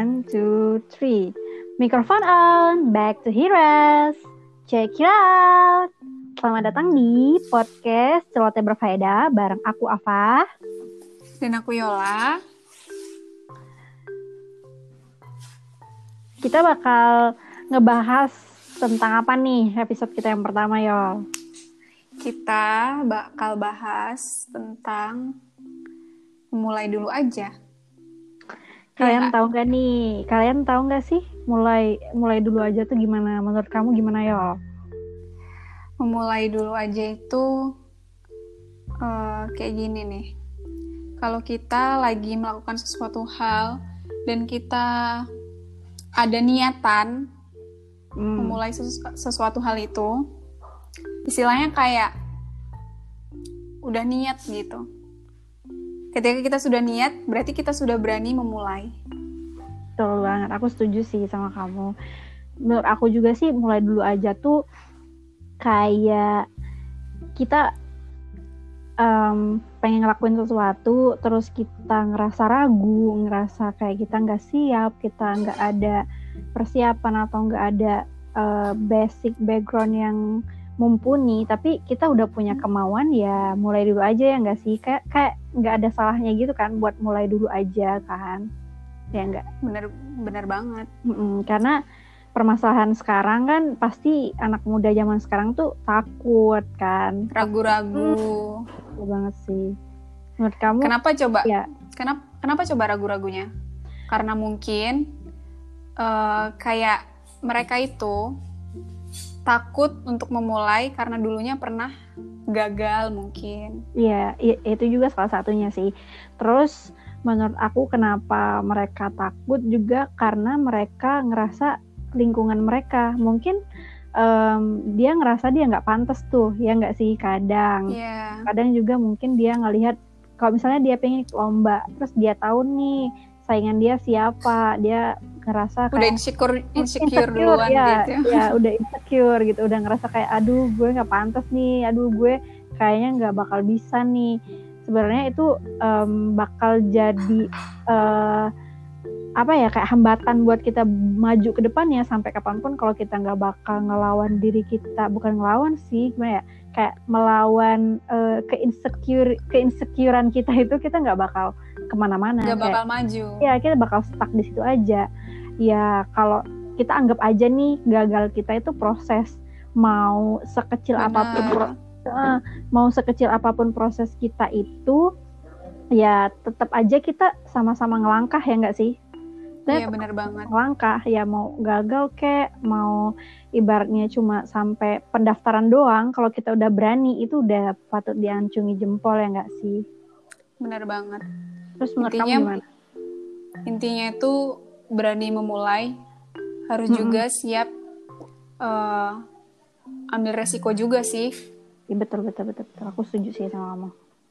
One, two, three. Microphone on, back to heroes. Check it out. Selamat datang di podcast Celoteh Berfaedah bareng aku Afah dan aku Yola. Kita bakal ngebahas tentang apa nih episode kita yang pertama, Yol? Kita bakal bahas tentang mulai dulu aja. Kalian tahu nggak sih mulai dulu aja tuh gimana? Menurut kamu gimana, Yol? Memulai dulu aja itu kayak gini nih. Kalau kita lagi melakukan sesuatu hal dan kita ada niatan memulai sesuatu hal itu, istilahnya kayak udah niat gitu. Ketika kita sudah niat, berarti kita sudah berani memulai. Betul banget, aku setuju sih sama kamu. Menurut aku juga sih mulai dulu aja tuh kayak kita pengen ngelakuin sesuatu, terus kita ngerasa ragu, ngerasa kayak kita nggak siap, kita nggak ada persiapan atau nggak ada basic background yang mumpuni, tapi kita udah punya kemauan, ya mulai dulu aja ya nggak sih? Kayak nggak ada salahnya gitu kan buat mulai dulu aja kan? Ya nggak? Bener banget. Karena permasalahan sekarang kan pasti anak muda zaman sekarang tuh takut kan, ragu-ragu. Betul banget sih. Menurut kamu? Kenapa coba? Ya. Kenapa coba ragu-ragunya? Karena mungkin kayak mereka itu takut untuk memulai karena dulunya pernah gagal mungkin. Iya, itu juga salah satunya sih. Terus menurut aku kenapa mereka takut juga karena mereka ngerasa lingkungan mereka mungkin dia ngerasa dia nggak pantas tuh, ya nggak sih kadang. Yeah. Kadang juga mungkin dia ngelihat kalau misalnya dia pengen ikut lomba, terus dia tahu nih saingan dia siapa, dia ngerasa kayak udah insecure duluan ya, gitu. Ya udah insecure gitu, udah ngerasa kayak aduh gue nggak pantas nih, aduh gue kayaknya nggak bakal bisa nih. Sebenarnya itu bakal jadi kayak hambatan buat kita maju ke depannya sampai kapanpun. Kalau kita nggak bakal ngelawan diri kita, bukan ngelawan sih, gimana ya, kayak melawan keinsecurean kita itu, kita nggak bakal kemana-mana, nggak bakal maju. Ya kita bakal stuck di situ aja. Ya kalau kita anggap aja nih gagal kita itu proses, mau sekecil apapun proses kita itu, ya tetap aja kita sama-sama ngelangkah, ya nggak sih? Iya benar banget. Langkah ya, mau gagal kek, mau ibaratnya cuma sampai pendaftaran doang, kalau kita udah berani itu udah patut diacungi jempol, ya nggak sih? Benar banget. Terus menurut kamu gimana? Intinya itu berani memulai, harus juga siap ambil resiko juga sih. Ya, betul. Aku setuju sih sama kamu.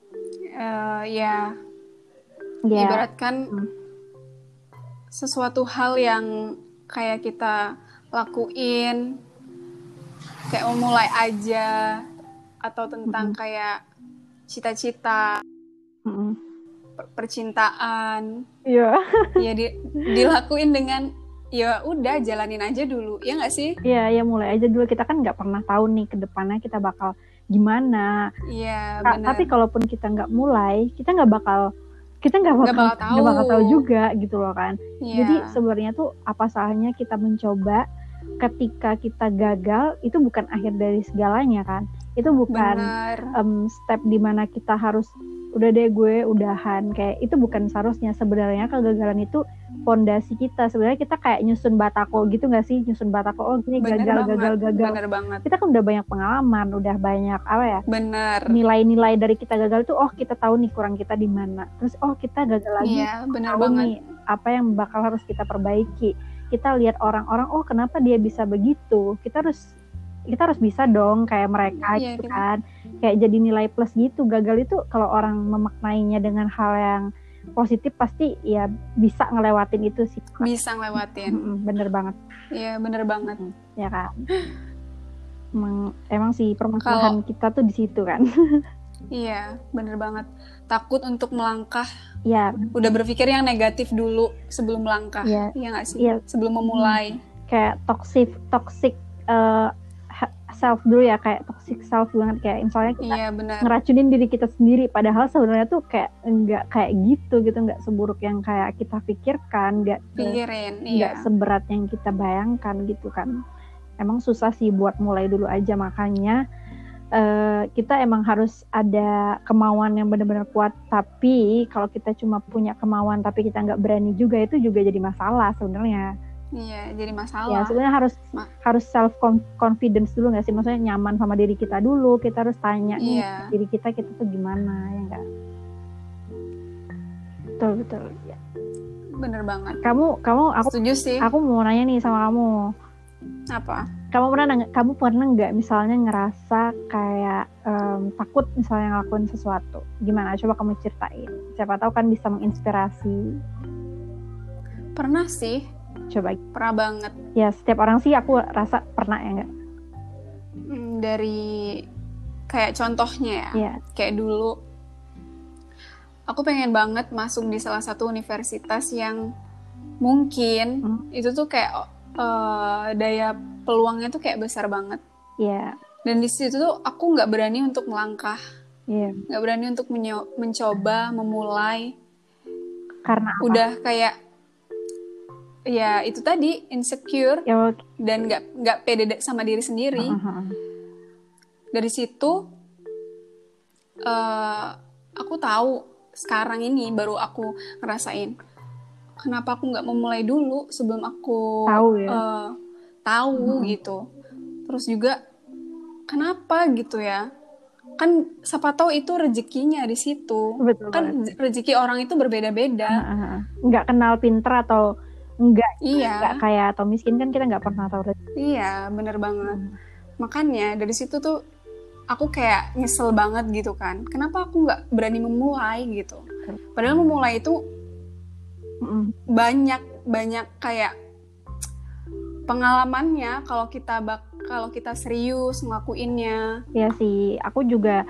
Ibaratkan sesuatu hal yang kayak kita lakuin, kayak memulai aja, atau tentang kayak cita-cita, percintaan, ya dilakuin dengan ya udah jalanin aja dulu, ya nggak sih? Iya, mulai aja dulu. Kita kan nggak pernah tahu nih ke depannya kita bakal gimana. Iya, benar. Tapi kalaupun kita nggak mulai, kita nggak bakal tahu juga gitu loh kan. Yeah. Jadi sebenarnya tuh apa salahnya kita mencoba. Ketika kita gagal itu bukan akhir dari segalanya kan. Itu bukan step dimana kita harus udah deh gue udahan, kayak itu bukan seharusnya. Sebenarnya kegagalan itu fondasi kita. Sebenarnya kita kayak nyusun batako gitu nggak sih? Nyusun batako, oh gini gagal. Bener banget. Kita kan udah banyak pengalaman, udah banyak Bener. Nilai-nilai dari kita gagal tuh, oh kita tahu nih kurang kita di mana. Terus oh kita gagal lagi. Iya, bener banget. Nih apa yang bakal harus kita perbaiki. Kita lihat orang-orang, oh kenapa dia bisa begitu. Kita harus bisa dong kayak mereka gitu kan. Kayak jadi nilai plus gitu. Gagal itu kalau orang memaknainya dengan hal yang positif pasti ya bisa ngelewatin itu sih. Bisa ngelewatin. Bener banget. Iya bener banget. Ya kan. Emang sih permasalahan kita tuh di situ kan. Iya, bener banget. Takut untuk melangkah. Ya, Udah berpikir yang negatif dulu sebelum melangkah. Iya. Iya nggak sih? Iya. Sebelum memulai. Kayak toxic self dulu ya, kayak toxic self banget, kayak misalnya kita Iya, benar. ngeracunin diri kita sendiri, padahal sebenarnya tuh kayak enggak kayak gitu, enggak seburuk yang kayak kita pikirkan, enggak seberat yang kita bayangkan gitu kan. Emang susah sih buat mulai dulu aja, makanya kita emang harus ada kemauan yang benar-benar kuat. Tapi kalau kita cuma punya kemauan tapi kita nggak berani juga, itu juga jadi masalah sebenarnya. Iya, jadi masalah. Ya, sebenarnya harus self confidence dulu nggak sih? Maksudnya nyaman sama diri kita dulu. Kita harus tanya nih diri kita tuh gimana, ya nggak? Betul. Ya. Bener banget. Aku setuju sih. Aku mau nanya nih sama kamu. Apa? Kamu pernah nggak misalnya ngerasa kayak takut misalnya ngelakuin sesuatu? Gimana? Coba kamu ceritain. Siapa tahu kan bisa menginspirasi. Pernah sih. Coba. Pernah banget. Ya, setiap orang sih aku rasa pernah, ya nggak? Dari kayak contohnya ya. Yeah. Kayak dulu aku pengen banget masuk di salah satu universitas yang mungkin itu tuh kayak daya peluangnya tuh kayak besar banget. Iya. Yeah. Dan di situ tuh aku nggak berani untuk melangkah. Iya. Yeah. Nggak berani untuk mencoba, memulai. Karena apa? Udah kayak ya itu tadi insecure dan nggak pede sama diri sendiri. Dari situ aku tahu sekarang ini baru aku ngerasain kenapa aku nggak memulai dulu sebelum aku tahu gitu. Terus juga kenapa gitu ya? Kan siapa tahu itu rezekinya di situ. Betul, kan rezeki orang itu berbeda-beda. Nggak kenal pinter atau nggak kaya atau miskin, kan kita nggak pernah tahu. Iya, bener banget. Makanya dari situ tuh aku kayak nyesel banget gitu kan. Kenapa aku nggak berani memulai gitu? Padahal memulai itu banyak kayak pengalamannya kalau kita serius ngelakuinnya. Ya sih, aku juga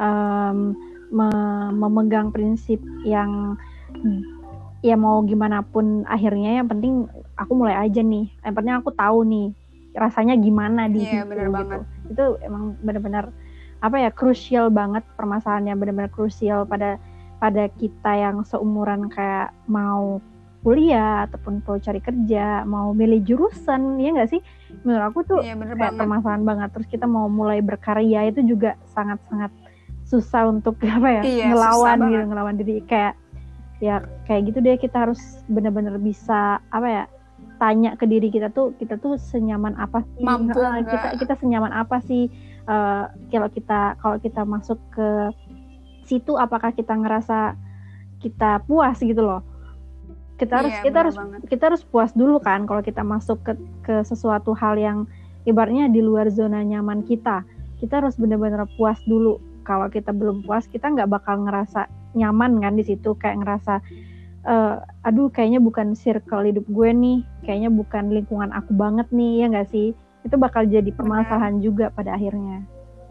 memegang prinsip yang ya mau gimana pun akhirnya yang penting aku mulai aja nih. Yang penting aku tahu nih rasanya gimana di situ gitu. Banget. Itu emang benar-benar krusial banget, permasalahannya benar-benar krusial pada kita yang seumuran, kayak mau kuliah ataupun mau cari kerja, mau milih jurusan, ya nggak sih? Menurut aku tuh kayak permasalahan banget. Terus kita mau mulai berkarya itu juga sangat-sangat susah untuk ngelawan diri, kayak gitu deh. Kita harus benar-benar bisa tanya ke diri kita tuh senyaman apa sih, kita senyaman apa sih kalau kita masuk ke situ, apakah kita ngerasa kita puas gitu loh. Kita harus puas dulu kan kalau kita masuk ke sesuatu hal yang ibaratnya di luar zona nyaman kita harus benar-benar puas dulu. Kalau kita belum puas, kita nggak bakal ngerasa nyaman kan di situ, kayak ngerasa aduh kayaknya bukan circle hidup gue nih, kayaknya bukan lingkungan aku banget nih, ya nggak sih? Itu bakal jadi permasalahan juga pada akhirnya.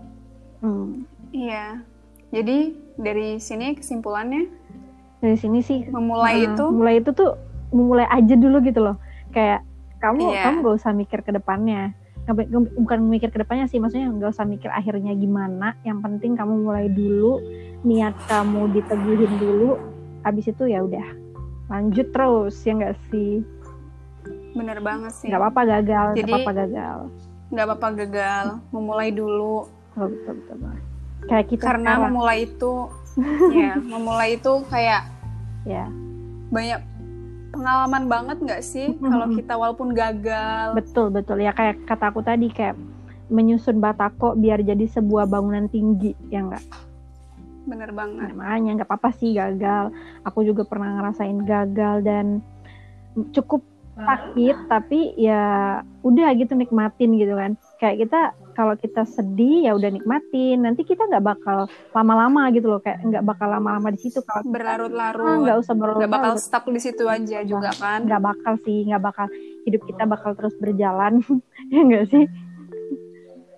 Iya. Jadi dari sini kesimpulannya? Dari sini sih mulai itu tuh memulai aja dulu gitu loh. Kayak kamu nggak usah mikir ke depannya. Bukan mikir ke depannya sih, maksudnya nggak usah mikir akhirnya gimana. Yang penting kamu mulai dulu, niat kamu diteguhin dulu. Habis itu ya udah lanjut terus, ya nggak sih? Bener banget sih. Nggak apa-apa gagal, nggak apa-apa gagal, memulai dulu. Betul banget. Kayak kita karena sekarang. memulai itu kayak banyak pengalaman banget nggak sih kalau kita walaupun gagal. Betul ya, kayak kata aku tadi, kayak menyusun batako biar jadi sebuah bangunan tinggi, ya nggak? Bener banget. Makanya nggak apa-apa sih gagal. Aku juga pernah ngerasain gagal dan cukup sakit, tapi ya udah gitu, nikmatin gitu kan. Kayak kita kalau kita sedih ya udah nikmatin. Nanti kita nggak bakal lama-lama gitu loh, kayak nggak bakal lama-lama di situ. Kalau berlarut-larut, nggak usah berlarut-larut. Nggak bakal stuck di situ aja juga kan? Nggak bakal hidup kita bakal terus berjalan, ya nggak sih?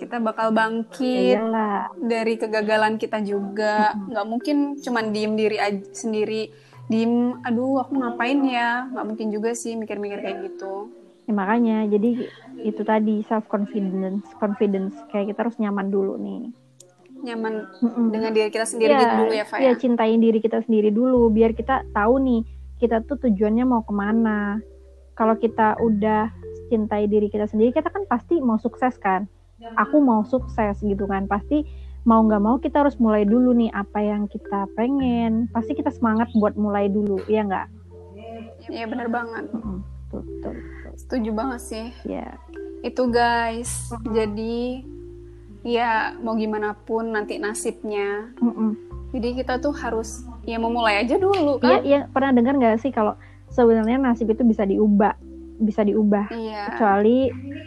kita bakal bangkit dari kegagalan kita juga. Nggak mungkin cuman diem diri aja sendiri, diem aduh aku ngapain ya, nggak mungkin juga sih mikir-mikir kayak gitu. Ya, makanya jadi itu tadi self confidence kayak kita harus nyaman dulu nih, nyaman dengan diri kita sendiri gitu dulu ya Fa. Iya, cintain diri kita sendiri dulu biar kita tahu nih kita tuh tujuannya mau kemana. Kalau kita udah cintai diri kita sendiri, kita kan pasti mau sukses kan. Aku mau sukses gitu kan, pasti mau nggak mau kita harus mulai dulu nih apa yang kita pengen. Pasti kita semangat buat mulai dulu, ya nggak? Iya benar banget. Betul. Setuju banget sih. Ya. Itu guys. Jadi ya mau gimana pun nanti nasibnya. Jadi kita tuh harus ya memulai aja dulu kan. Iya, pernah dengar nggak sih kalau sebenarnya nasib itu bisa diubah. Iya. Kecuali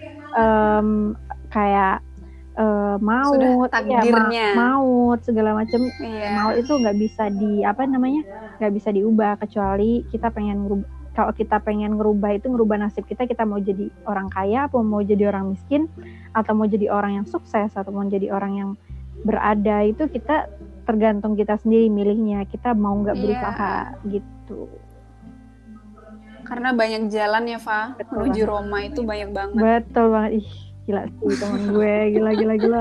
kayak maut, takdirnya. Maut segala macam. Maut itu nggak bisa nggak bisa diubah kecuali kita pengen ngerubah. Kalau kita pengen ngerubah nasib kita mau jadi orang kaya, atau mau jadi orang miskin, atau mau jadi orang yang sukses, atau mau jadi orang yang berada, itu kita tergantung kita sendiri milihnya. Kita mau nggak berusaha gitu. Karena banyak jalan ya, Fa. Menuju Roma itu banyak banget. Betul banget. Ih, gila sih teman gue. Gila.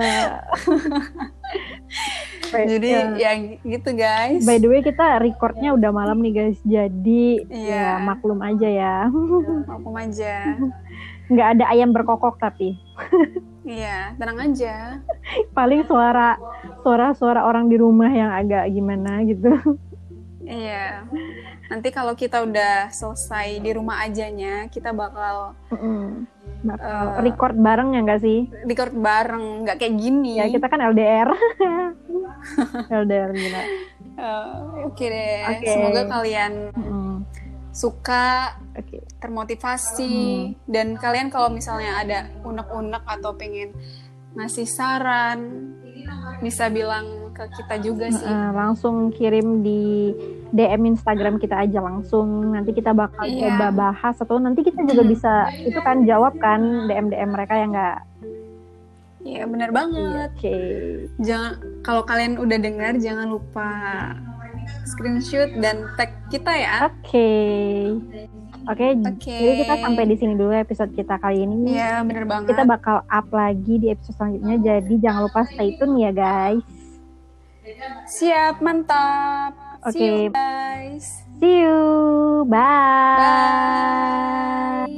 Jadi ya gitu guys. By the way kita recordnya udah malam nih guys. Jadi ya maklum aja ya. Maklum aja. Nggak ada ayam berkokok tapi. Iya, tenang aja. Paling suara orang di rumah yang agak gimana gitu. Iya. Nanti kalau kita udah selesai di rumah ajanya, kita bakal record bareng ya nggak sih? Record bareng, nggak kayak gini. Ya kita kan LDR. LDR gila. Oke deh. Semoga kalian suka, termotivasi, dan kalian kalau misalnya ada unek-unek atau pengen ngasih saran, bisa bilang ke kita juga sih. Langsung kirim di DM Instagram kita aja langsung. Nanti kita bakal coba bahas, atau nanti kita juga bisa itu kan jawab kan DM mereka yang nggak. Iya benar banget. Jangan, kalau kalian udah dengar jangan lupa screenshot dan tag kita ya. Oke, jadi kita sampai di sini dulu episode kita kali ini. Iya, benar banget. Kita bakal up lagi di episode selanjutnya, jadi jangan lupa stay tune ya guys. Siap, mantap. See you guys. See you, bye.